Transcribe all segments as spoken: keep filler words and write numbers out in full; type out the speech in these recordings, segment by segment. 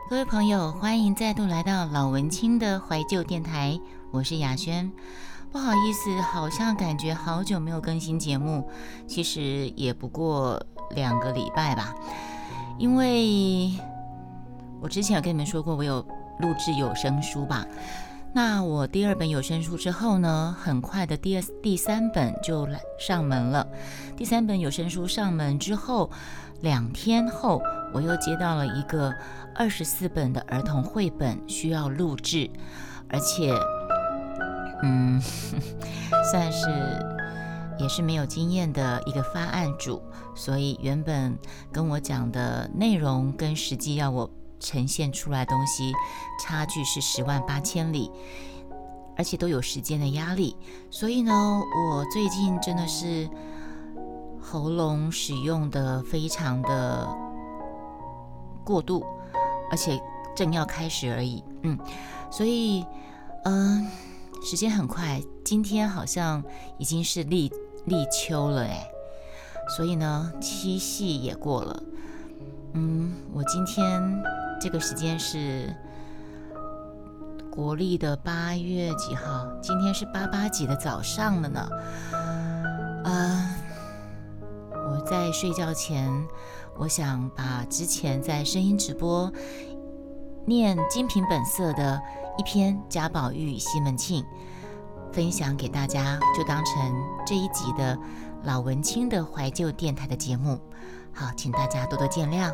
各位朋友，欢迎再度来到老文青的怀旧电台，我是雅轩。不好意思，好像感觉好久没有更新节目，其实也不过两个礼拜吧。因为我之前有跟你们说过，我有录制有声书吧。那我第二本有声书之后呢，很快的第二第三本就来上门了。第三本有声书上门之后，两天后我又接到了一个二十四本的儿童绘本需要录制，而且嗯算是也是没有经验的一个发案主，所以原本跟我讲的内容跟实际要我呈现出来的东西差距是十万八千里，而且都有时间的压力。所以呢，我最近真的是喉咙使用的非常的过度，而且正要开始而已。嗯，所以嗯、呃，时间很快，今天好像已经是立立秋了哎，所以呢，七夕也过了。嗯，我今天这个时间是国历的八月几号？今天是八八几的早上了呢。呃，我在睡觉前，我想把之前在声音直播念《精品本色》的一篇贾宝玉、西门庆分享给大家，就当成这一集的老文青的怀旧电台的节目。好，请大家多多见谅。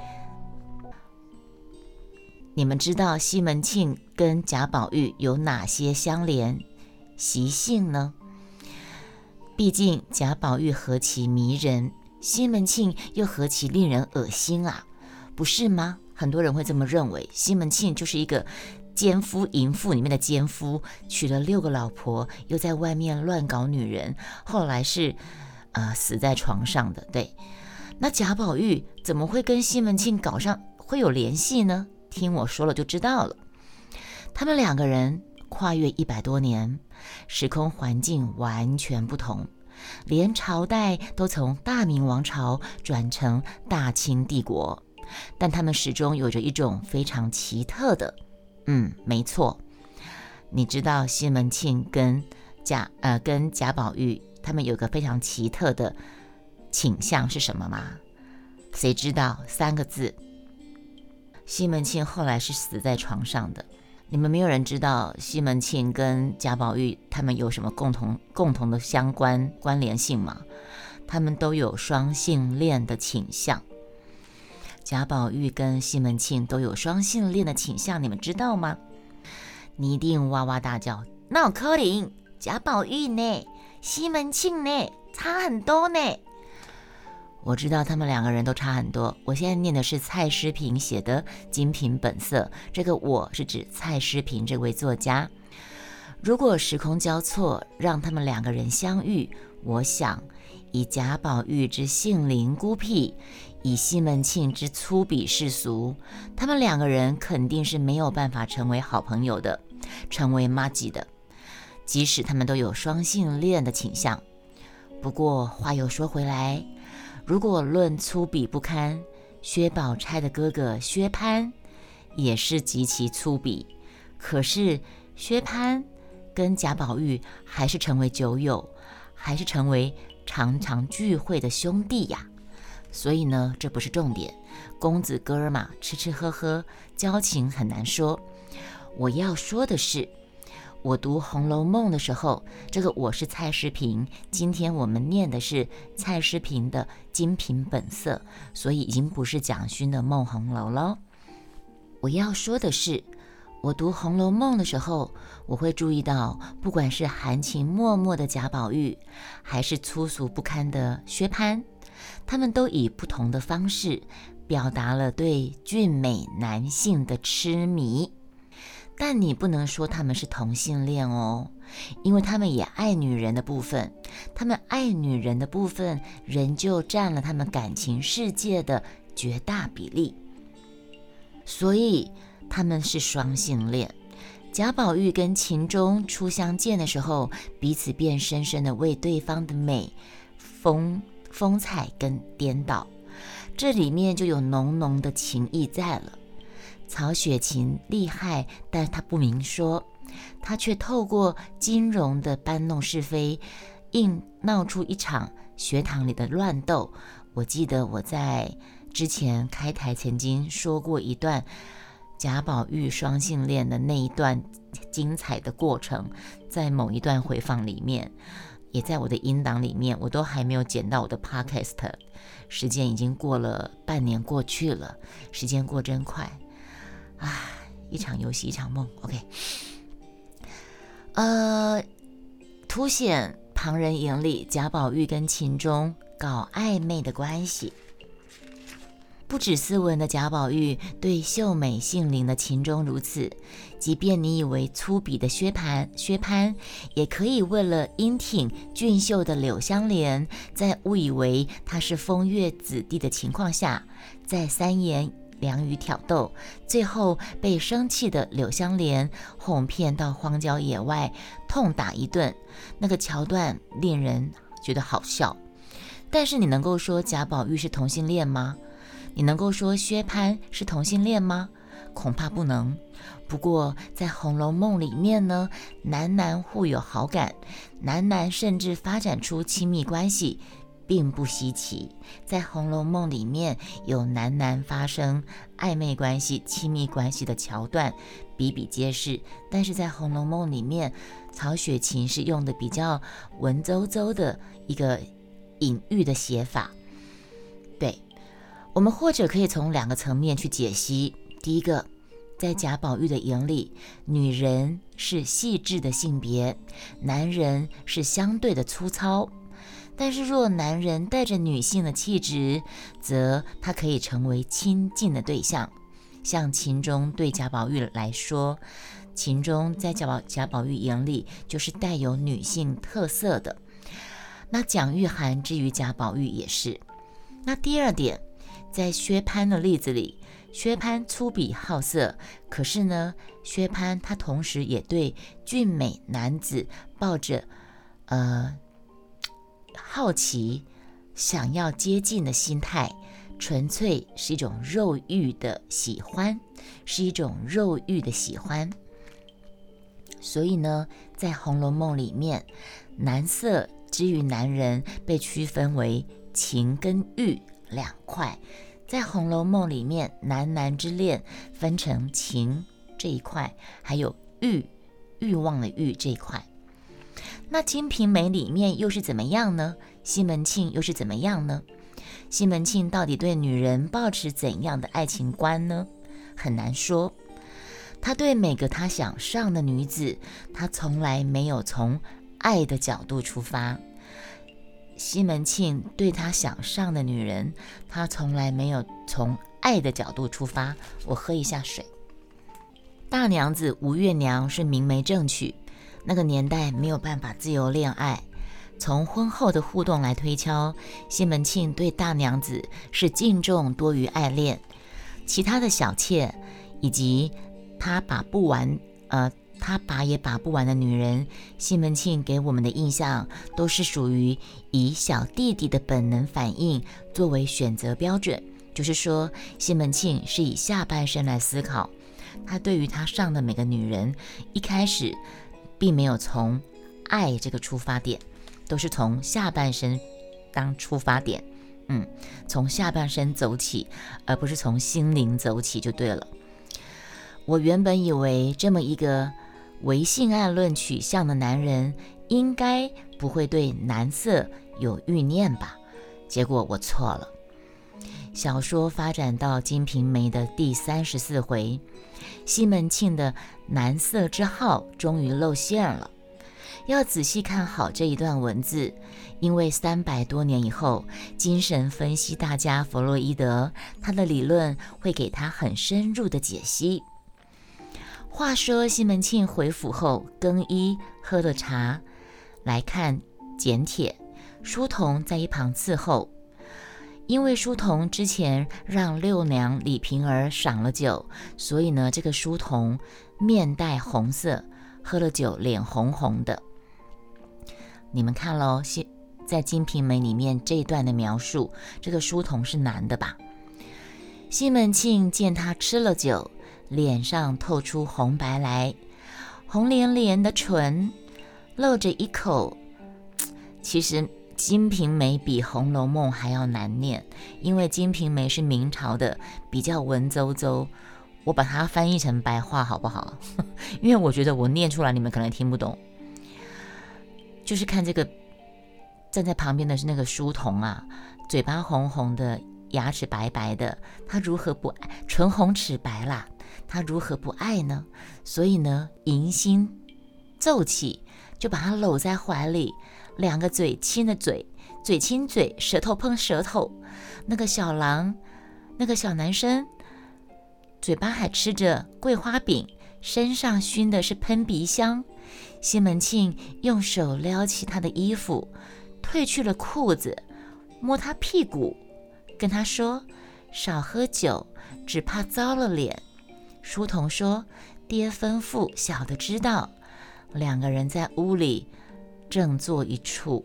你们知道西门庆跟贾宝玉有哪些相连习性呢？毕竟贾宝玉何其迷人，西门庆又何其令人恶心啊，不是吗？很多人会这么认为，西门庆就是一个奸夫淫妇里面的奸夫，娶了六个老婆，又在外面乱搞女人，后来是呃死在床上的。对，那贾宝玉怎么会跟西门庆搞上会有联系呢？听我说了就知道了。他们两个人跨越一百多年，时空环境完全不同，连朝代都从大明王朝转成大清帝国，但他们始终有着一种非常奇特的，嗯，没错，你知道西门庆跟贾呃跟贾宝玉他们有个非常奇特的倾向是什么吗？谁知道？三个字。西门庆后来是死在床上的。你们没有人知道西门庆跟贾宝玉他们有什么共同共同的相关关联性吗？他们都有双性恋的倾向。贾宝玉跟西门庆都有双性恋的倾向，你们知道吗？你一定哇哇大叫，那有可能贾宝玉呢，西门庆呢，差很多呢。我知道他们两个人都差很多。我现在念的是蔡诗萍写的《精品本色》，这个我是指蔡诗萍这位作家。如果时空交错让他们两个人相遇，我想以贾宝玉之性灵孤僻，以西门庆之粗鄙世俗，他们两个人肯定是没有办法成为好朋友的，成为麻吉的，即使他们都有双性恋的倾向。不过话又说回来，如果论粗鄙不堪，薛宝钗的哥哥薛蟠也是极其粗鄙，可是薛蟠跟贾宝玉还是成为酒友，还是成为常常聚会的兄弟呀。所以呢，这不是重点，公子哥儿嘛，吃吃喝喝，交情很难说。我要说的是，我读《红楼梦》的时候，这个我是蔡诗萍，今天我们念的是蔡诗萍的《精品本色》，所以已经不是蒋勋的《梦红楼》了。我要说的是，我读《红楼梦》的时候，我会注意到，不管是含情脉脉的贾宝玉，还是粗俗不堪的薛蟠，他们都以不同的方式表达了对俊美男性的痴迷。但你不能说他们是同性恋哦，因为他们也爱女人的部分，他们爱女人的部分仍旧占了他们感情世界的绝大比例，所以他们是双性恋。贾宝玉跟秦钟初相见的时候，彼此便深深的为对方的美风风采跟颠倒，这里面就有浓浓的情意在了。 曹雪芹厉害，但他不明说，他却透过金融的搬弄是非，硬闹出一场学堂里的乱斗。我记得我在之前开台曾经说过一段贾宝玉双性恋的那一段精彩的过程，在某一段回放里面，也在我的音档里面，我都还没有剪到我的 podcast， 时间已经过了半年过去了，时间过真快啊！一场游戏一场梦 OK， 呃，凸显旁人眼里贾宝玉跟秦钟搞暧昧的关系。不止斯文的贾宝玉对秀美性灵的秦钟如此，即便你以为粗鄙的薛蟠薛蟠也可以为了英挺俊秀的柳湘莲，在误以为他是风月子弟的情况下，在三言两语挑逗，最后被生气的柳湘莲哄骗到荒郊野外痛打一顿，那个桥段令人觉得好笑。但是你能够说贾宝玉是同性恋吗？你能够说薛蟠是同性恋吗？恐怕不能。不过在《红楼梦》里面呢，男男互有好感，男男甚至发展出亲密关系，并不稀奇。在《红楼梦》里面有男男发生暧昧关系、亲密关系的桥段比比皆是，但是在《红楼梦》里面，曹雪芹是用的比较文绉绉的一个隐喻的写法。对，我们或者可以从两个层面去解析。第一个，在贾宝玉的眼里，女人是细致的性别，男人是相对的粗糙。但是若男人带着女性的气质，则他可以成为亲近的对象。像秦钟对贾宝玉来说，秦钟在贾宝贾宝玉眼里就是带有女性特色的。那蒋玉菡之于贾宝玉也是。那第二点，在薛蟠的例子里，薛蟠粗鄙好色，可是呢，薛蟠他同时也对俊美男子抱着呃好奇、想要接近的心态，纯粹是一种肉欲的喜欢，是一种肉欲的喜欢。所以呢，在《红楼梦》里面，男色之于男人被区分为情跟欲两块。在《红楼梦》里面，男男之恋分成情这一块，还有欲欲望的欲这一块。那《金瓶梅》里面又是怎么样呢？西门庆又是怎么样呢？西门庆到底对女人抱持怎样的爱情观呢？很难说。他对每个他想上的女子，他从来没有从爱的角度出发。西门庆对他想上的女人，他从来没有从爱的角度出发。我喝一下水。大娘子吴月娘是明媒正娶，那个年代没有办法自由恋爱。从婚后的互动来推敲，西门庆对大娘子是敬重多于爱恋。其他的小妾以及他把不完呃他把也把不完的女人，西门庆给我们的印象都是属于以小弟弟的本能反应作为选择标准，就是说西门庆是以下半身来思考。他对于他上的每个女人，一开始并没有从爱这个出发点，都是从下半身当出发点，嗯，从下半身走起，而不是从心灵走起就对了。我原本以为这么一个唯性爱论取向的男人，应该不会对男色有欲念吧？结果我错了。小说发展到《金瓶梅》的第三十四回，西门庆的男色之好终于露馅了。要仔细看好这一段文字，因为三百多年以后，精神分析大家弗洛伊德，他的理论会给他很深入的解析。话说西门庆回府后更衣，喝了茶，来看简帖，书童在一旁伺候。因为书童之前让六娘李瓶儿赏了酒，所以呢，这个书童面带红色，喝了酒脸红红的。你们看咯，在《金瓶梅》里面这一段的描述，这个书童是男的吧？西门庆见他吃了酒， 脸上透出红白来，红连连的唇露着一口，其实《金瓶梅》比《红楼梦》还要难念，因为《金瓶梅》是明朝的，比较文绉绉，我把它翻译成白话好不好？因为我觉得我念出来你们可能听不懂。就是看这个站在旁边的是那个书童啊，嘴巴红红的，牙齿白白的，他如何不爱？唇红齿白啦，他如何不爱呢？所以呢，迎心骤起，就把他搂在怀里，两个嘴亲了嘴，嘴亲嘴，舌头碰舌头。那个小郎，那个小男生，嘴巴还吃着桂花饼，身上熏的是喷鼻香。西门庆用手撩起他的衣服，褪去了裤子，摸他屁股，跟他说：“少喝酒，只怕糟了脸。”书童说：“爹吩咐，小的知道。”两个人在屋里正坐一处。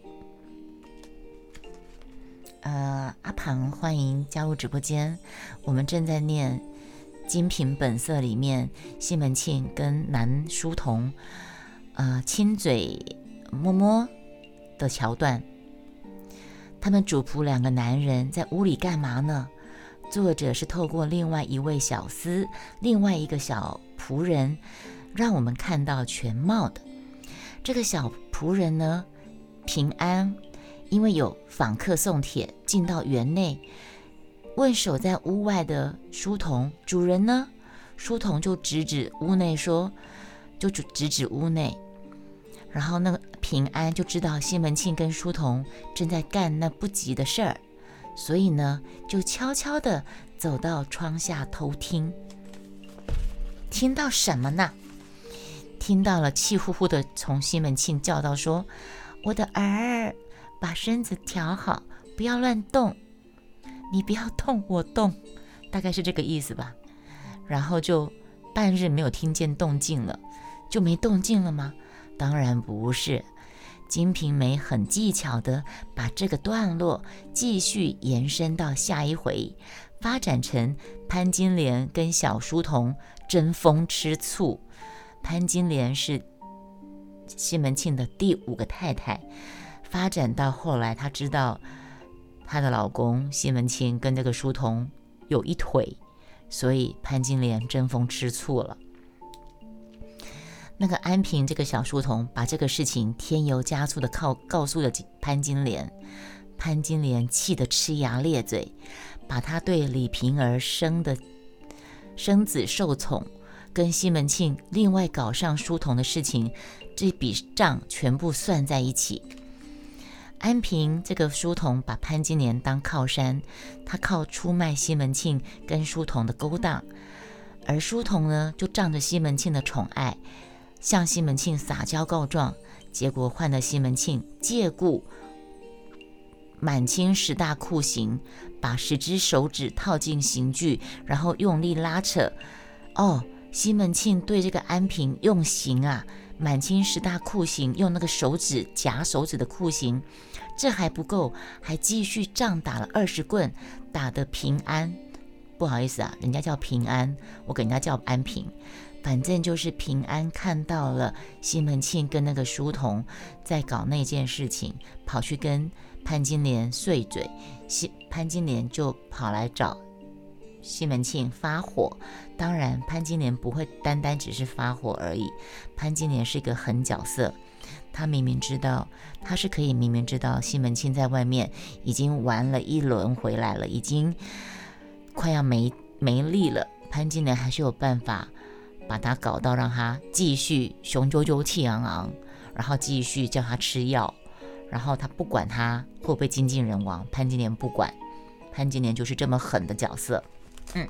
呃，阿庞，欢迎加入直播间。我们正在念《金瓶本色》里面西门庆跟男书童呃亲嘴摸摸的桥段。他们主仆两个男人在屋里干嘛呢？作者是透过另外一位小厮，另外一个小仆人，让我们看到全貌的。这个小仆人呢，平安，因为有访客送帖进到园内，问守在屋外的书童：“主人呢？”书童就指指屋内说，就指指屋内。然后那个平安就知道西门庆跟书童正在干那不吉的事儿，所以呢，就悄悄地走到窗下偷听。听到什么呢？听到了气呼呼的从西门庆叫到说：“我的儿，把身子调好，不要乱动，你不要动，我动。”大概是这个意思吧。然后就半日没有听见动静了，就没动静了吗？当然不是。金瓶梅很技巧的把这个段落继续延伸到下一回，发展成潘金莲跟小书童争风吃醋。潘金莲是西门庆的第五个太太，发展到后来她知道她的老公西门庆跟这个书童有一腿，所以潘金莲争风吃醋了。那个安平这个小书童把这个事情添油加醋的告告诉了潘金莲，潘金莲气得呲牙咧嘴，把他对李瓶儿生的生子受宠跟西门庆另外搞上书童的事情，这笔账全部算在一起。安平这个书童把潘金莲当靠山，他靠出卖西门庆跟书童的勾当，而书童呢就仗着西门庆的宠爱，向西门庆撒娇告状，结果换了西门庆借故满清十大酷刑，把十只手指套进刑具，然后用力拉扯。哦，西门庆对这个安平用刑啊，满清十大酷刑，用那个手指夹手指的酷刑，这还不够，还继续仗打了二十棍，打得平安。不好意思啊，人家叫平安，我给人家叫安平。反正就是平安看到了西门庆跟那个书童在搞那件事情，跑去跟潘金莲碎嘴，西潘金莲就跑来找西门庆发火。当然潘金莲不会单单只是发火而已，潘金莲是一个狠角色，他明明知道，他是可以明明知道西门庆在外面已经玩了一轮回来了，已经快要没没力了，潘金莲还是有办法把他搞到让他继续雄赳赳气昂昂，然后继续叫他吃药，然后他不管他会不会精尽人亡，潘金莲不管，潘金莲就是这么狠的角色。嗯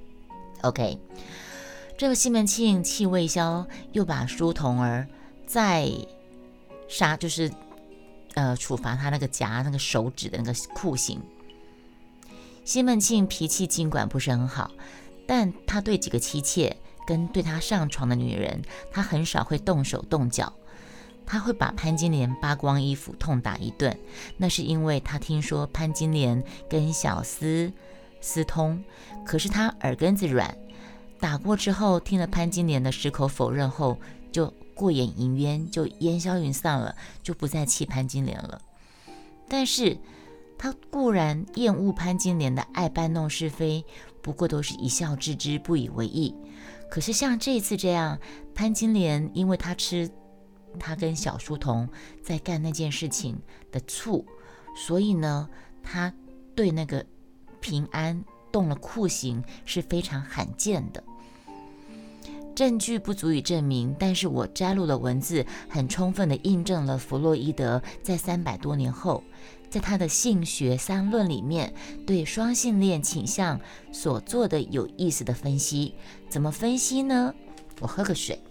OK， 这个西门庆气未消，又把书童儿再杀，就是呃处罚他那个夹那个手指的那个酷刑。西门庆脾气尽管不是很好，但他对几个妻妾跟对他上床的女人，他很少会动手动脚。他会把潘金莲扒光衣服痛打一顿，那是因为他听说潘金莲跟小厮私通，可是他耳根子软， 打过之后，听了潘金莲的矢口否认后，就过眼云烟，就烟消云散了，就不再气潘金莲了。但是他固然厌恶潘金莲的爱搬弄是非，不过都是一笑置之，不以为意。可是像这一次这样，潘金莲因为他吃他跟小书童在干那件事情的醋，所以呢，他对那个平安动了酷刑，是非常罕见的。证据不足以证明，但是我摘录的文字很充分地印证了弗洛伊德在三百多年后，在他的性学三论里面对双性恋倾向所做的有意思的分析。怎么分析呢？我喝个水。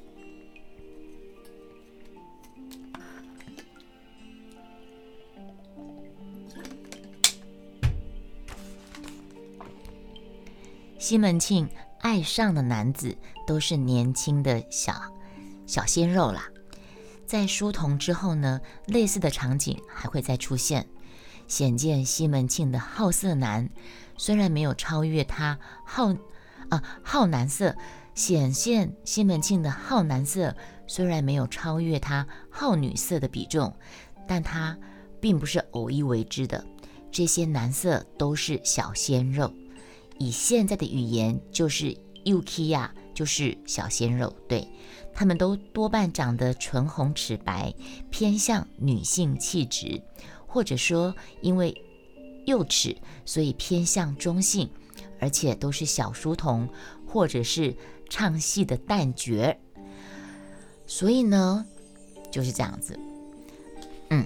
西门庆爱上的男子都是年轻的小小鲜肉啦。在书童之后呢，类似的场景还会再出现，显见西门庆的好色男虽然没有超越他好啊好男色，显现西门庆的好男色虽然没有超越他好女色的比重，但他并不是偶一为之的，这些男色都是小鲜肉。以现在的语言就是 U K 呀，就是小鲜肉，对，他们都多半长得唇红齿白，偏向女性气质，或者说因为幼齿，所以偏向中性，而且都是小书童或者是唱戏的旦角。所以呢，就是这样子。嗯，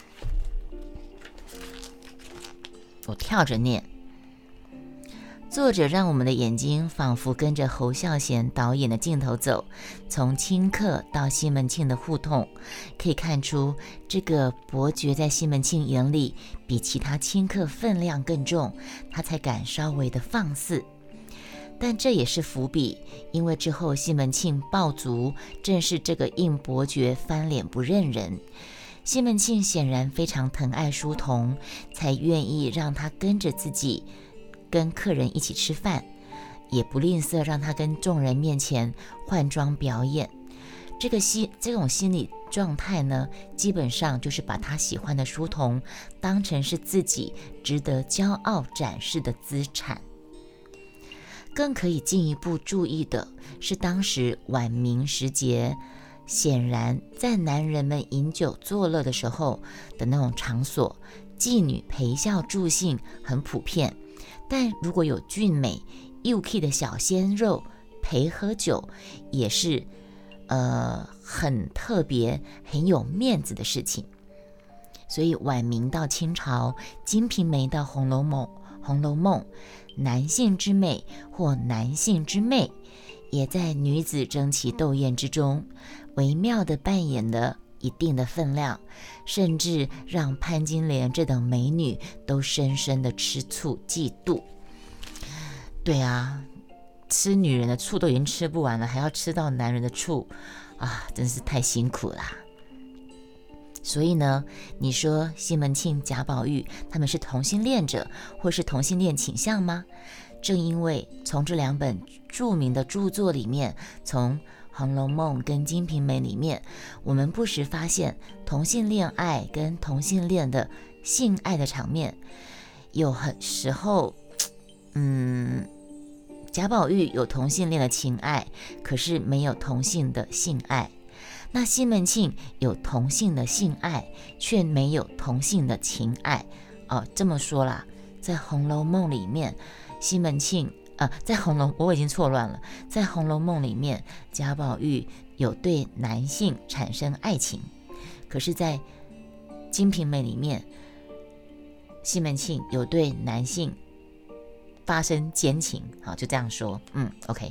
我跳着念。作者让我们的眼睛仿佛跟着侯孝贤导演的镜头走，从顷刻到西门庆的互动，可以看出这个伯爵在西门庆眼里比其他顷刻分量更重，他才敢稍微的放肆。但这也是伏笔，因为之后西门庆爆足，正是这个应伯爵翻脸不认人。西门庆显然非常疼爱书童，才愿意让他跟着自己跟客人一起吃饭，也不吝啬让他跟众人面前换装表演。这个心这种心理状态呢，基本上就是把他喜欢的书童当成是自己值得骄傲展示的资产。更可以进一步注意的是，当时晚明时节，显然在男人们饮酒作乐的时候的那种场所，妓女陪笑助兴很普遍。但如果有俊美 U K 的小鲜肉陪喝酒，也是呃很特别很有面子的事情。所以晚明到清朝，金瓶梅到红楼梦红楼梦男性之美或男性之媚，也在女子争奇斗艳之中微妙地扮演了一定的分量，甚至让潘金莲这等美女都深深的吃醋嫉妒。对啊，吃女人的醋都已经吃不完了，还要吃到男人的醋啊，真是太辛苦啦。所以呢，你说西门庆、贾宝玉他们是同性恋者，或是同性恋倾向吗？正因为从这两本著名的著作里面，从《红楼梦》跟《金瓶梅》里面，我们不时发现同性恋爱跟同性恋的性爱的场面，有很时候，嗯，贾宝玉有同性恋的情爱，可是没有同性的性爱。那西门庆有同性的性爱，却没有同性的情爱。哦，这么说啦，在《红楼梦》里面，西门庆呃，在红楼我已经错乱了，在《红楼梦》里面，贾宝玉有对男性产生爱情，可是在《金瓶梅》里面，西门庆有对男性发生奸情。好，就这样说。嗯 ，OK。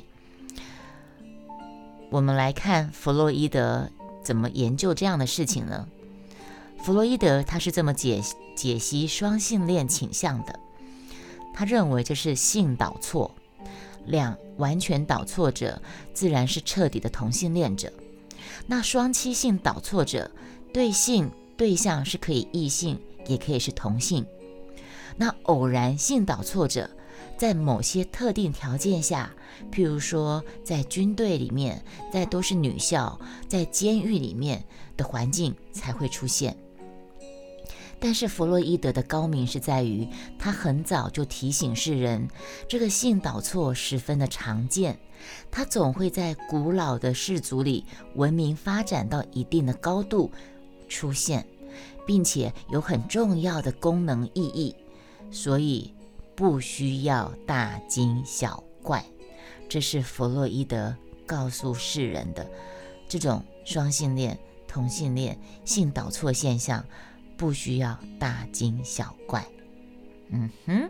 我们来看弗洛伊德怎么研究这样的事情呢？弗洛伊德他是这么解解析双性恋倾向的，他认为这是性导错，两完全导错者自然是彻底的同性恋者。那双妻性导错者，对性对象是可以异性，也可以是同性。那偶然性导错者， 在某些特定条件下，譬如说在军队里面，在都是女校，在监狱里面的环境才会出现。但是弗洛伊德的高明是在于，他很早就提醒世人，这个性导错十分的常见，它总会在古老的氏族里，文明发展到一定的高度出现，并且有很重要的功能意义，所以不需要大惊小怪。这是弗洛伊德告诉世人的，这种双性恋、同性恋、性导错现象不需要大惊小怪。嗯哼，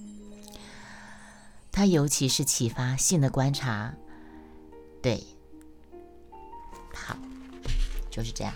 他尤其是启发性的观察。对，好，就是这样。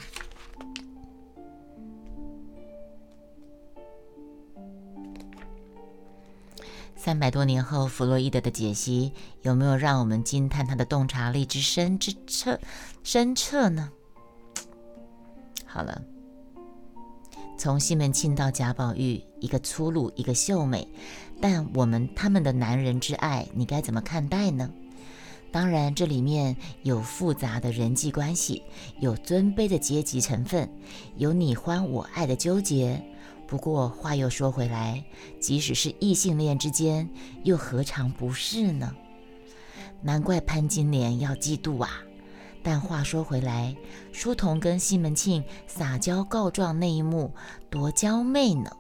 三百多年后，弗洛伊德的解析有没有让我们惊叹他的洞察力之深之彻深彻呢？好了，从西门庆到贾宝玉，一个粗鲁，一个秀美，但我们他们的男人之爱，你该怎么看待呢？当然，这里面有复杂的人际关系，有尊卑的阶级成分，有你欢我爱的纠结。不过话又说回来，即使是异性恋之间，又何尝不是呢？难怪潘金莲要嫉妒啊！但话说回来，书童跟西门庆撒娇告状那一幕，多娇媚呢！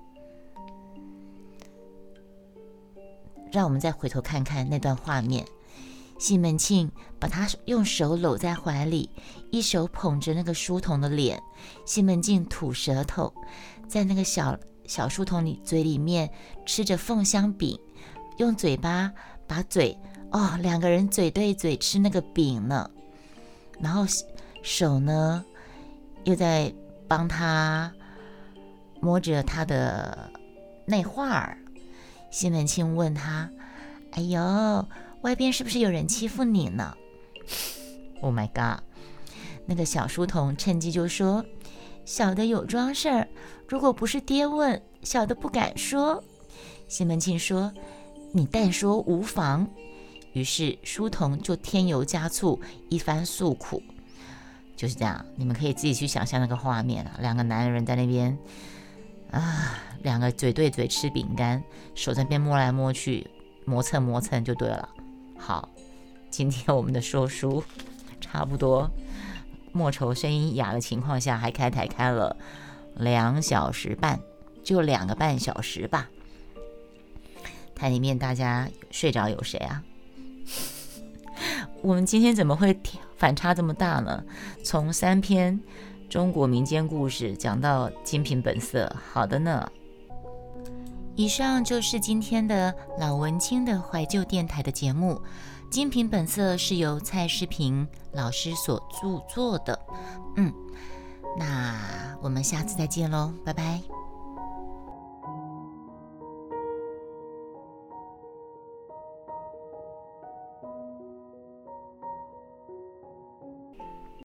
让我们再回头看看那段画面。西门庆把他用手搂在怀里，一手捧着那个书童的脸，西门庆吐舌头，在那个小小书童里嘴里面吃着凤香饼，用嘴巴把嘴哦，两个人嘴对嘴吃那个饼呢，然后手呢又在帮他摸着他的内画儿。西门庆问他：“哎呦，外边是不是有人欺负你呢？” Oh my god！ 那个小书童趁机就说：“小的有桩事儿，如果不是爹问，小的不敢说。”西门庆说：“你但说无妨。”于是书童就添油加醋一番诉苦。就是这样，你们可以自己去想象那个画面啊，两个男人在那边啊，两个嘴对嘴吃饼干，手在那边摸来摸去，磨蹭磨蹭就对了。好，今天我们的说书差不多，莫愁声音哑的情况下，还开台开了两小时半，就两个半小时吧。台里面大家睡着有谁啊？我们今天怎么会反差这么大呢？从三篇中国民间故事讲到精品本色，好的呢。以上就是今天的老文青的怀旧电台的节目。精品本色是由蔡诗萍老师所著作的。嗯，那我们下次再见喽，拜拜。